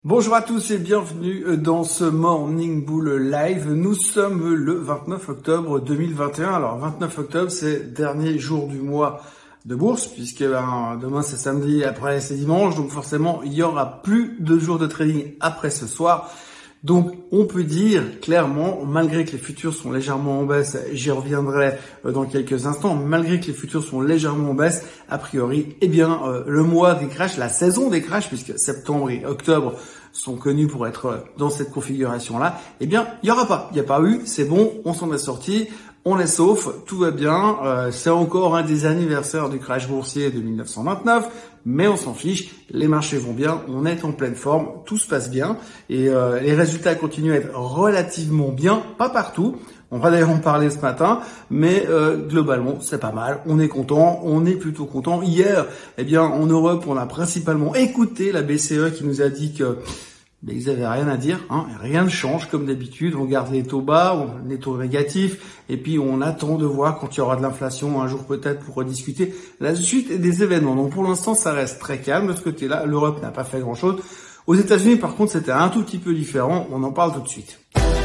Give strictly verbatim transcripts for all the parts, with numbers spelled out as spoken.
Bonjour à tous et bienvenue dans ce Morning Bull Live. Nous sommes le vingt-neuf octobre deux mille vingt et un. Alors vingt-neuf octobre, c'est le dernier jour du mois de bourse puisque ben, demain c'est samedi, après c'est dimanche. Donc forcément, il y aura plus de jours de trading après ce soir. Donc on peut dire clairement, malgré que les futurs sont légèrement en baisse, j'y reviendrai dans quelques instants, malgré que les futurs sont légèrement en baisse, a priori, eh bien euh, le mois des crashs, la saison des crashs, puisque septembre et octobre sont connus pour être dans cette configuration-là, eh bien il n'y aura pas, il n'y a pas eu, c'est bon, on s'en est sorti. On est sauf, tout va bien, euh, c'est encore un des anniversaires du crash boursier de mille neuf cent vingt-neuf, mais on s'en fiche, les marchés vont bien, on est en pleine forme, tout se passe bien, et euh, les résultats continuent à être relativement bien, pas partout, on va d'ailleurs en parler ce matin, mais euh, globalement c'est pas mal, on est content, on est plutôt content. Hier, eh bien en Europe, on a principalement écouté la B C E qui nous a dit que mais ils avaient rien à dire, hein, rien ne change comme d'habitude, on garde les taux bas, les taux négatifs, et puis on attend de voir quand il y aura de l'inflation un jour peut-être pour rediscuter la suite des événements. Donc pour l'instant ça reste très calme de ce côté-là, l'Europe n'a pas fait grand-chose. Aux États-Unis par contre c'était un tout petit peu différent, on en parle tout de suite.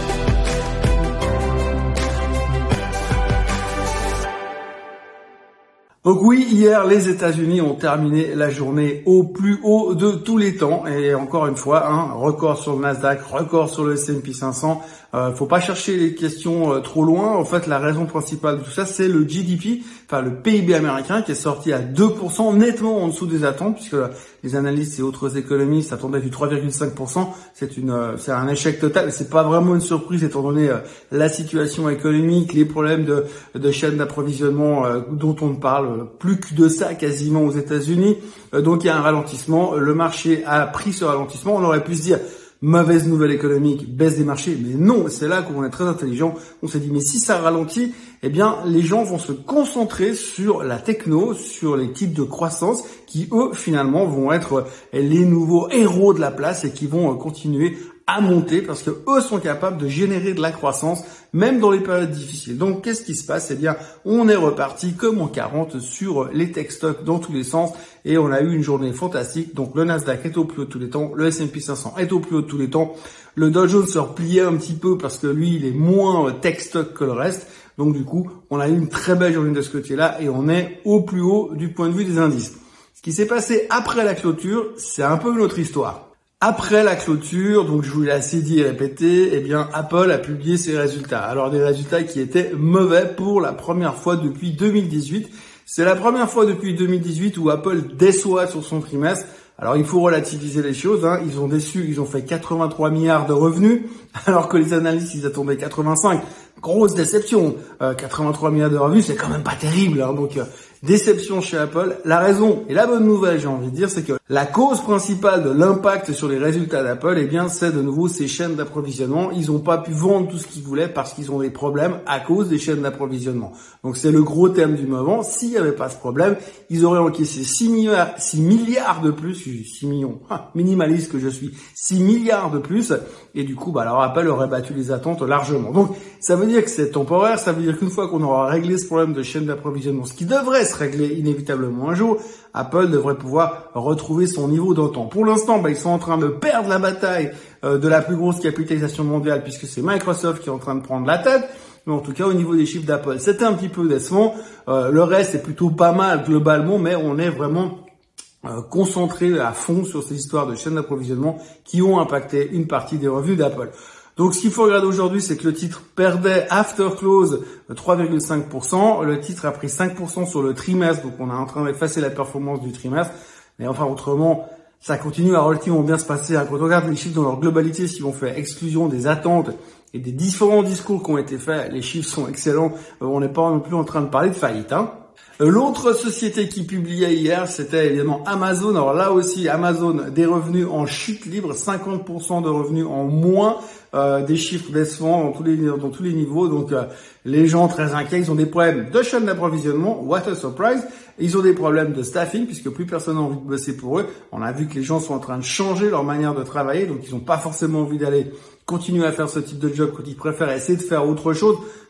Donc oui, hier, les États-Unis ont terminé la journée au plus haut de tous les temps. Et encore une fois, hein, record sur le Nasdaq, record sur le S and P cinq cents. Euh, faut pas chercher les questions euh, trop loin. En fait, la raison principale de tout ça, c'est le G D P, enfin le P I B américain, qui est sorti à deux pour cent, nettement en dessous des attentes, puisque les analystes et autres économistes attendaient du trois virgule cinq pour cent. C'est une, euh, c'est un échec total. Et c'est pas vraiment une surprise étant donné euh, la situation économique, les problèmes de, de chaîne d'approvisionnement euh, dont on ne parle plus que de ça quasiment aux États-Unis. Euh, donc il y a un ralentissement. Le marché a pris ce ralentissement. On aurait pu se dire mauvaise nouvelle économique, baisse des marchés, mais non, c'est là qu'on est très intelligent. On s'est dit mais si ça ralentit, eh bien les gens vont se concentrer sur la techno, sur les types de croissance qui eux finalement vont être les nouveaux héros de la place et qui vont continuer à monter parce que eux sont capables de générer de la croissance même dans les périodes difficiles. Donc qu'est-ce qui se passe? Eh bien on est reparti comme en quarante sur les tech stocks dans tous les sens et on a eu une journée fantastique. Donc le Nasdaq est au plus haut de tous les temps, le S and P cinq cents est au plus haut de tous les temps, le Dow Jones se repliait un petit peu parce que lui il est moins tech stock que le reste. Donc du coup on a eu une très belle journée de ce côté-là et on est au plus haut du point de vue des indices. Ce qui s'est passé après la clôture, c'est un peu une autre histoire. Après la clôture, donc je vous l'ai assez dit et répété, eh bien Apple a publié ses résultats. Alors des résultats qui étaient mauvais pour la première fois depuis deux mille dix-huit. C'est la première fois depuis deux mille dix-huit où Apple déçoit sur son trimestre. Alors il faut relativiser les choses, hein. Ils ont déçu, ils ont fait quatre-vingt-trois milliards de revenus, alors que les analystes ils attendaient quatre-vingt-cinq. Grosse déception. Euh, quatre-vingt-trois milliards de revenus, c'est quand même pas terrible, hein. Donc euh, déception chez Apple. La raison et la bonne nouvelle, j'ai envie de dire, c'est que la cause principale de l'impact sur les résultats d'Apple, eh bien, c'est de nouveau ces chaînes d'approvisionnement. Ils n'ont pas pu vendre tout ce qu'ils voulaient parce qu'ils ont des problèmes à cause des chaînes d'approvisionnement. Donc, c'est le gros thème du moment. S'il n'y avait pas ce problème, ils auraient encaissé six milliards, six milliards de plus, six millions, ah, minimaliste que je suis, six milliards de plus. Et du coup, bah, alors Apple aurait battu les attentes largement. Donc, ça veut dire que c'est temporaire. Ça veut dire qu'une fois qu'on aura réglé ce problème de chaîne d'approvisionnement, ce qui devrait se régler inévitablement un jour, Apple devrait pouvoir retrouver son niveau d'antan. Pour l'instant, bah, ils sont en train de perdre la bataille euh, de la plus grosse capitalisation mondiale puisque c'est Microsoft qui est en train de prendre la tête. Mais en tout cas, au niveau des chiffres d'Apple, c'était un petit peu décevant. Euh, le reste est plutôt pas mal globalement, mais on est vraiment euh, concentré à fond sur ces histoires de chaînes d'approvisionnement qui ont impacté une partie des revenus d'Apple. Donc ce qu'il faut regarder aujourd'hui, c'est que le titre perdait after close trois virgule cinq pour cent. Le titre a pris cinq pour cent sur le trimestre, donc on est en train d'effacer la performance du trimestre. Mais enfin autrement, ça continue à relativement bien se passer. Quand on regarde les chiffres dans leur globalité, si on fait exclusion des attentes et des différents discours qui ont été faits, les chiffres sont excellents. On n'est pas non plus en train de parler de faillite, hein. L'autre société qui publiait hier, c'était évidemment Amazon. Alors là aussi, Amazon, des revenus en chute libre, cinquante pour cent de revenus en moins, euh, des chiffres décevants dans tous les, dans tous les niveaux. Donc euh, les gens très inquiets, ils ont des problèmes de chaîne d'approvisionnement, what a surprise. Ils ont des problèmes de staffing puisque plus personne n'a envie de bosser pour eux. On a vu que les gens sont en train de changer leur manière de travailler, donc ils n'ont pas forcément envie d'aller continuer à faire ce type de job quand ils préfèrent essayer de faire autre chose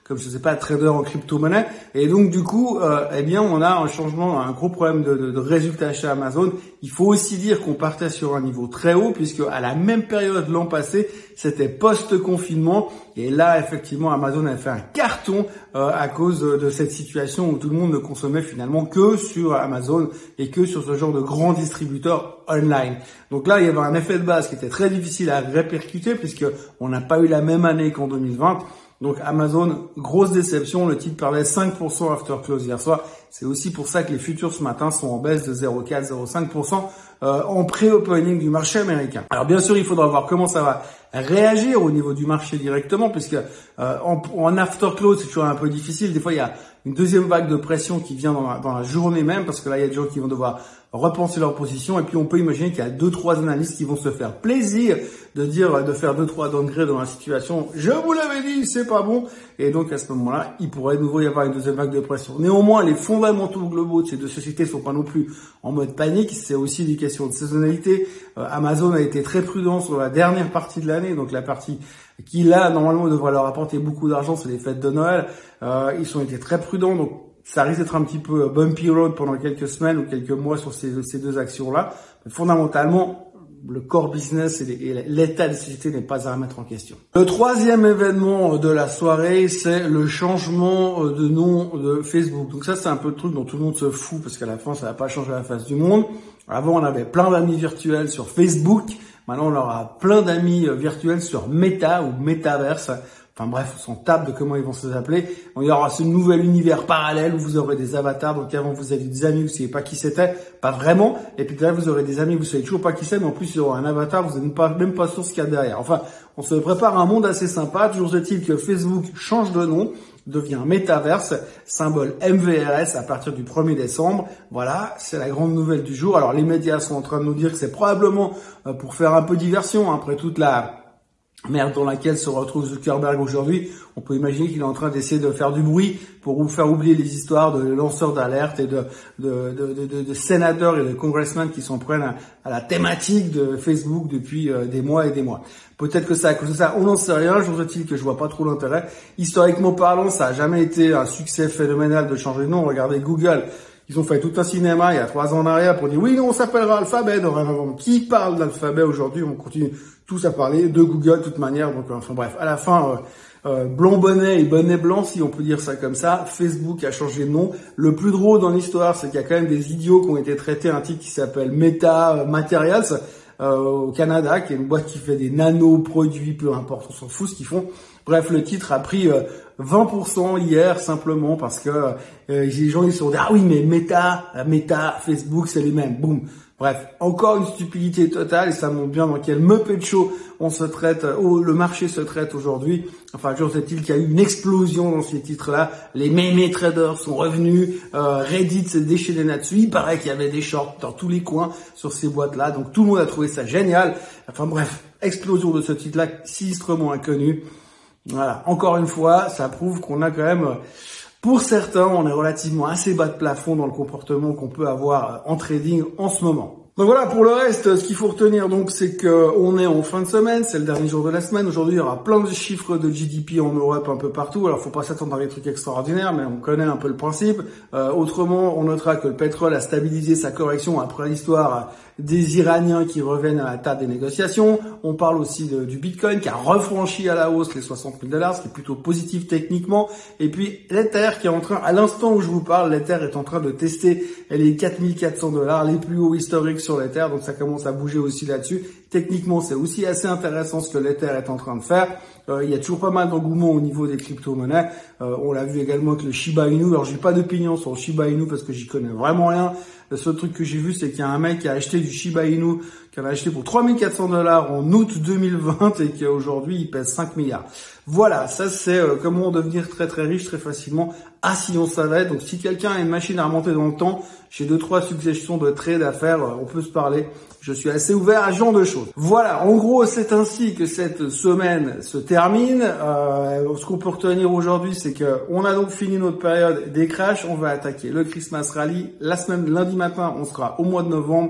comme je sais pas, trader en crypto-monnaie. Et donc du coup, euh, eh bien, on a un changement, un gros problème de, de, de résultats chez Amazon. Il faut aussi dire qu'on partait sur un niveau très haut, puisque à la même période l'an passé, c'était post-confinement. Et là, effectivement, Amazon a fait un carton euh, à cause de cette situation où tout le monde ne consommait finalement que sur Amazon et que sur ce genre de grands distributeurs online. Donc là, il y avait un effet de base qui était très difficile à répercuter puisque on n'a pas eu la même année qu'en deux mille vingt. Donc Amazon, grosse déception, le titre perdait cinq pour cent after close hier soir. C'est aussi pour ça que les futurs ce matin sont en baisse de zéro virgule quatre à zéro virgule cinq pour cent euh, en pré-opening du marché américain. Alors bien sûr, il faudra voir comment ça va réagir au niveau du marché directement, puisque euh, en, en after close, c'est toujours un peu difficile. Des fois, il y a une deuxième vague de pression qui vient dans la, dans la journée même, parce que là, il y a des gens qui vont devoir repenser leur position, et puis on peut imaginer qu'il y a deux, trois analystes qui vont se faire plaisir de dire, de faire deux, trois downgrades dans la situation. Je vous l'avais dit, c'est pas bon. Et donc, à ce moment-là, il pourrait de nouveau y avoir une deuxième vague de pression. Néanmoins, les fondamentaux globaux de ces deux sociétés sont pas non plus en mode panique. C'est aussi des questions de saisonnalité. Euh, Amazon a été très prudent sur la dernière partie de l'année, donc la partie qui là, normalement, devrait leur apporter beaucoup d'argent, c'est les fêtes de Noël. Euh, ils ont été très prudents, donc ça risque d'être un petit peu bumpy road pendant quelques semaines ou quelques mois sur ces, ces deux actions-là. Mais fondamentalement, le core business et l'état des sociétés n'est pas à remettre en question. Le troisième événement de la soirée, c'est le changement de nom de Facebook. Donc ça, c'est un peu le truc dont tout le monde se fout parce qu'à la fin, ça va pas changer la face du monde. Avant, on avait plein d'amis virtuels sur Facebook. Maintenant, on aura plein d'amis virtuels sur Meta ou Metaverse. Enfin bref, on s'en tape de comment ils vont se appeler. Il y aura ce nouvel univers parallèle où vous aurez des avatars. Donc avant, vous aviez des amis, vous ne saviez pas qui c'était. Pas vraiment. Et puis là, vous aurez des amis, vous ne savez toujours pas qui c'est. Mais en plus, il y aura un avatar, vous n'êtes pas, même pas sûr ce qu'il y a derrière. Enfin, on se prépare à un monde assez sympa. Toujours est-il que Facebook change de nom, devient Metaverse, symbole M V R S à partir du premier décembre. Voilà, c'est la grande nouvelle du jour. Alors les médias sont en train de nous dire que c'est probablement pour faire un peu diversion, hein, après toute la merde dans laquelle se retrouve Zuckerberg aujourd'hui. On peut imaginer qu'il est en train d'essayer de faire du bruit pour vous faire oublier les histoires de lanceurs d'alerte et de, de, de, de, de sénateurs et de congressmen qui s'en prennent à, à la thématique de Facebook depuis euh, des mois et des mois. Peut-être que ça à cause de ça, on n'en sait rien. Je vous dis que je vois pas trop l'intérêt. Historiquement parlant, ça a jamais été un succès phénoménal de changer de nom. Regardez Google. Ils ont fait tout un cinéma il y a trois ans en arrière pour dire oui, non, on s'appellera Alphabet dorénavant. Qui parle d'Alphabet aujourd'hui? On continue tous à parler de Google de toute manière. Donc, enfin bref, à la fin, euh, euh, blanc bonnet et bonnet blanc, si on peut dire ça comme ça, Facebook a changé de nom. Le plus drôle dans l'histoire, c'est qu'il y a quand même des idiots qui ont été traités un titre qui s'appelle Meta Materials euh, au Canada, qui est une boîte qui fait des nano-produits, peu importe, on s'en fout ce qu'ils font. Bref, le titre a pris euh, vingt pour cent hier simplement parce que euh, les gens ils se sont dit ah oui mais Meta, Meta, Facebook c'est les mêmes. Boum. Bref, encore une stupidité totale et ça montre bien dans quel Muppet Show on se traite, oh, le marché se traite aujourd'hui. Enfin, toujours est-il qu'il y a eu une explosion dans ces titres-là. Les mémé traders sont revenus, euh, Reddit s'est déchaîné là-dessus. Il paraît qu'il y avait des shorts dans tous les coins sur ces boîtes-là, donc tout le monde a trouvé ça génial. Enfin bref, explosion de ce titre-là, sinistrement inconnu. Voilà, encore une fois, ça prouve qu'on a quand même, pour certains, on est relativement assez bas de plafond dans le comportement qu'on peut avoir en trading en ce moment. Donc voilà, pour le reste, ce qu'il faut retenir, donc, c'est que on est en fin de semaine, c'est le dernier jour de la semaine. Aujourd'hui, il y aura plein de chiffres de G D P en Europe un peu partout. Alors, faut pas s'attendre à des trucs extraordinaires, mais on connaît un peu le principe. Euh, autrement, on notera que le pétrole a stabilisé sa correction après l'histoire des Iraniens qui reviennent à la table des négociations. On parle aussi de, du Bitcoin qui a refranchi à la hausse les soixante mille dollars, ce qui est plutôt positif techniquement. Et puis, l'Ether qui est en train, à l'instant où je vous parle, l'Ether est en train de tester les quatre mille quatre cents dollars, les plus hauts historiques sur l'Ether, donc ça commence à bouger aussi là-dessus. Techniquement, c'est aussi assez intéressant ce que l'Ether est en train de faire. Euh, il y a toujours pas mal d'engouement au niveau des crypto-monnaies. Euh, on l'a vu également avec le Shiba Inu. Alors, j'ai pas d'opinion sur le Shiba Inu parce que j'y connais vraiment rien. Le seul truc que j'ai vu, c'est qu'il y a un mec qui a acheté du Shiba Inu, qui en a acheté pour trois mille quatre cents dollars en août deux mille vingt et qui aujourd'hui, il pèse cinq milliards. Voilà, ça c'est euh, comment devenir très très riche très facilement. Ah, si on savait. Donc, si quelqu'un a une machine à remonter dans le temps, j'ai deux trois suggestions de trades à faire. On peut se parler. Je suis assez ouvert à ce genre de choses. Voilà, en gros, c'est ainsi que cette semaine se termine. Euh, ce qu'on peut retenir aujourd'hui, c'est que on a donc fini notre période des crashs. On va attaquer le Christmas Rally. La semaine, lundi matin, on sera au mois de novembre.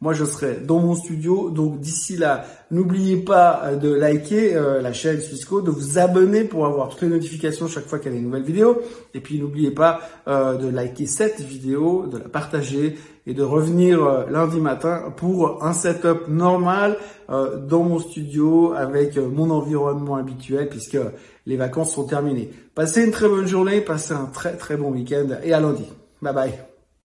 moi je serai dans mon studio. Donc d'ici là, n'oubliez pas de liker euh, la chaîne Swissquote, de vous abonner pour avoir toutes les notifications chaque fois qu'il y a des nouvelles vidéos. Et puis n'oubliez pas euh, de liker cette vidéo, de la partager et de revenir euh, lundi matin pour un setup normal euh, dans mon studio avec euh, mon environnement habituel puisque les vacances sont terminées. Passez une très bonne journée, passez un très très bon week-end et à lundi. Bye bye.